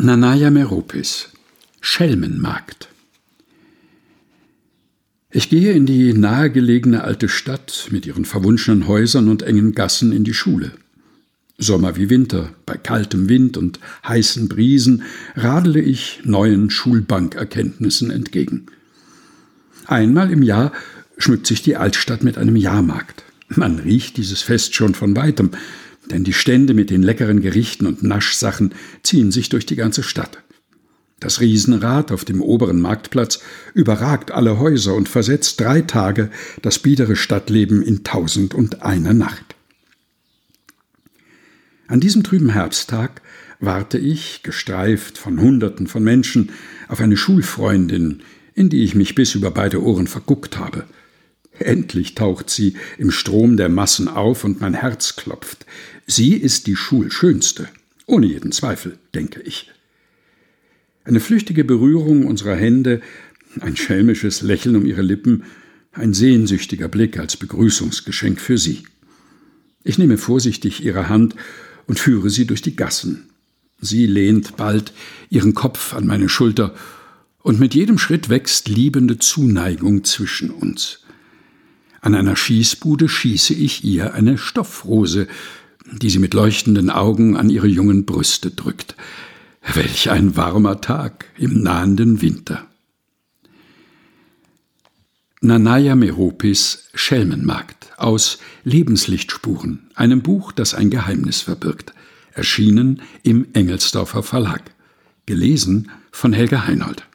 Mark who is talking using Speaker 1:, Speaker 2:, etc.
Speaker 1: Nanaia Meropis, Schelmenmarkt. Ich gehe in die nahegelegene alte Stadt mit ihren verwunschenen Häusern und engen Gassen in die Schule. Sommer wie Winter, bei kaltem Wind und heißen Brisen radele ich neuen Schulbankerkenntnissen entgegen. Einmal im Jahr schmückt sich die Altstadt mit einem Jahrmarkt. Man riecht dieses Fest schon von weitem, denn die Stände mit den leckeren Gerichten und Naschsachen ziehen sich durch die ganze Stadt. Das Riesenrad auf dem oberen Marktplatz überragt alle Häuser und versetzt 3 Tage das biedere Stadtleben in 1001 Nacht. An diesem trüben Herbsttag warte ich, gestreift von Hunderten von Menschen, auf eine Schulfreundin, in die ich mich bis über beide Ohren verguckt habe. Endlich taucht sie im Strom der Massen auf und mein Herz klopft. Sie ist die Schulschönste, ohne jeden Zweifel, denke ich. Eine flüchtige Berührung unserer Hände, ein schelmisches Lächeln um ihre Lippen, ein sehnsüchtiger Blick als Begrüßungsgeschenk für sie. Ich nehme vorsichtig ihre Hand und führe sie durch die Gassen. Sie lehnt bald ihren Kopf an meine Schulter, und mit jedem Schritt wächst liebende Zuneigung zwischen uns. An einer Schießbude schieße ich ihr eine Stoffrose, die sie mit leuchtenden Augen an ihre jungen Brüste drückt. Welch ein warmer Tag im nahenden Winter. Nanaia Meropis, Schelmenmarkt, aus Lebenslichtspuren, einem Buch, das ein Geheimnis verbirgt, erschienen im Engelsdorfer Verlag. Gelesen von Helga Heinold.